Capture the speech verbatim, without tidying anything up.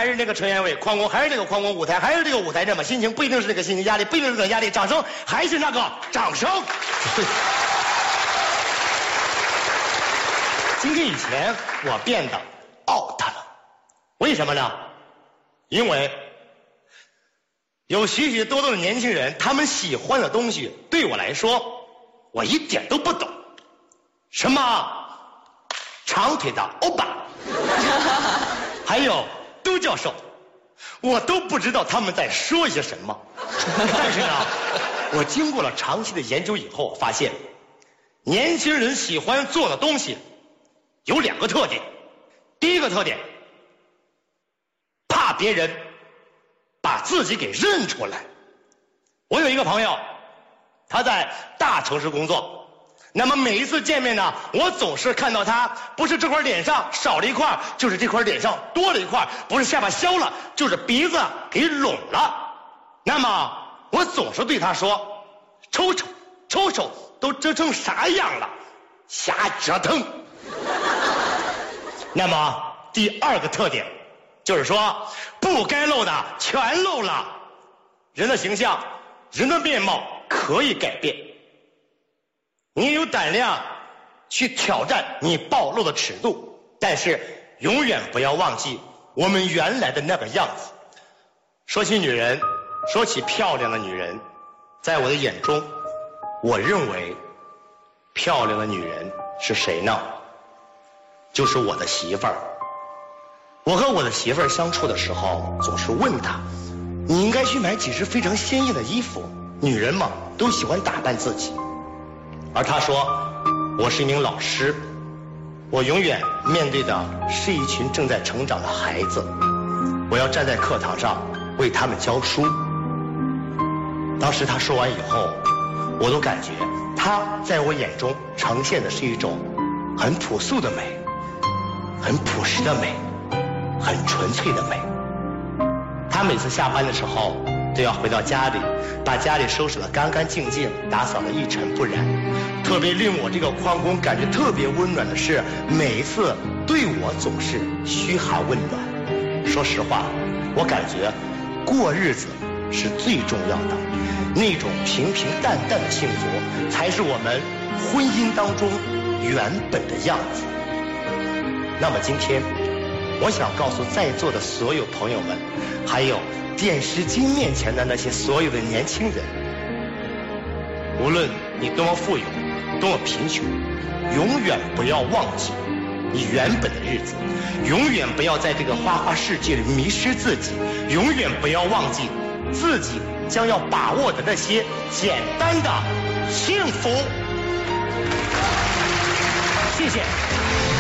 是那个陈彦伟，矿工还是那个矿工，舞台还是这个舞台，这么心情不一定是那个心情，压力不一定是那个压力，掌声还是那个掌声。今天以前我变得 out 了，为什么呢？因为有许许多多的年轻人，他们喜欢的东西对我来说我一点都不懂，什么长腿的欧巴还有都教授，我都不知道他们在说些什么。但是呢，我经过了长期的研究以后，发现年轻人喜欢做的东西有两个特点。第一个特点，怕别人把自己给认出来。我有一个朋友，他在大城市工作，那么每一次见面呢，我总是看到他不是这块脸上少了一块，就是这块脸上多了一块，不是下巴削了，就是鼻子给拢了。那么我总是对他说，瞅瞅瞅瞅都折成啥样了，瞎折腾。那么第二个特点就是说，不该露的全露了。人的形象，人的面貌可以改变，你有胆量去挑战你暴露的尺度，但是永远不要忘记我们原来的那个样子。说起女人，说起漂亮的女人，在我的眼中，我认为漂亮的女人是谁呢？就是我的媳妇儿。我和我的媳妇儿相处的时候，总是问她，你应该去买几身非常鲜艳的衣服，女人嘛都喜欢打扮自己。而她说，我是一名老师，我永远面对的是一群正在成长的孩子，我要站在课堂上为他们教书。当时她说完以后，我都感觉她在我眼中呈现的是一种很朴素的美，很朴实的美，很纯粹的美。她每次下班的时候都要回到家里，把家里收拾得干干净净，打扫得一尘不染。特别令我这个矿工感觉特别温暖的是，每一次对我总是嘘寒问暖。说实话，我感觉过日子是最重要的，那种平平淡淡的幸福才是我们婚姻当中原本的样子。那么今天我想告诉在座的所有朋友们，还有电视机面前的那些所有的年轻人，无论你多么富有多么贫穷，永远不要忘记你原本的日子，永远不要在这个花花世界里迷失自己，永远不要忘记自己将要把握的那些简单的幸福。谢谢。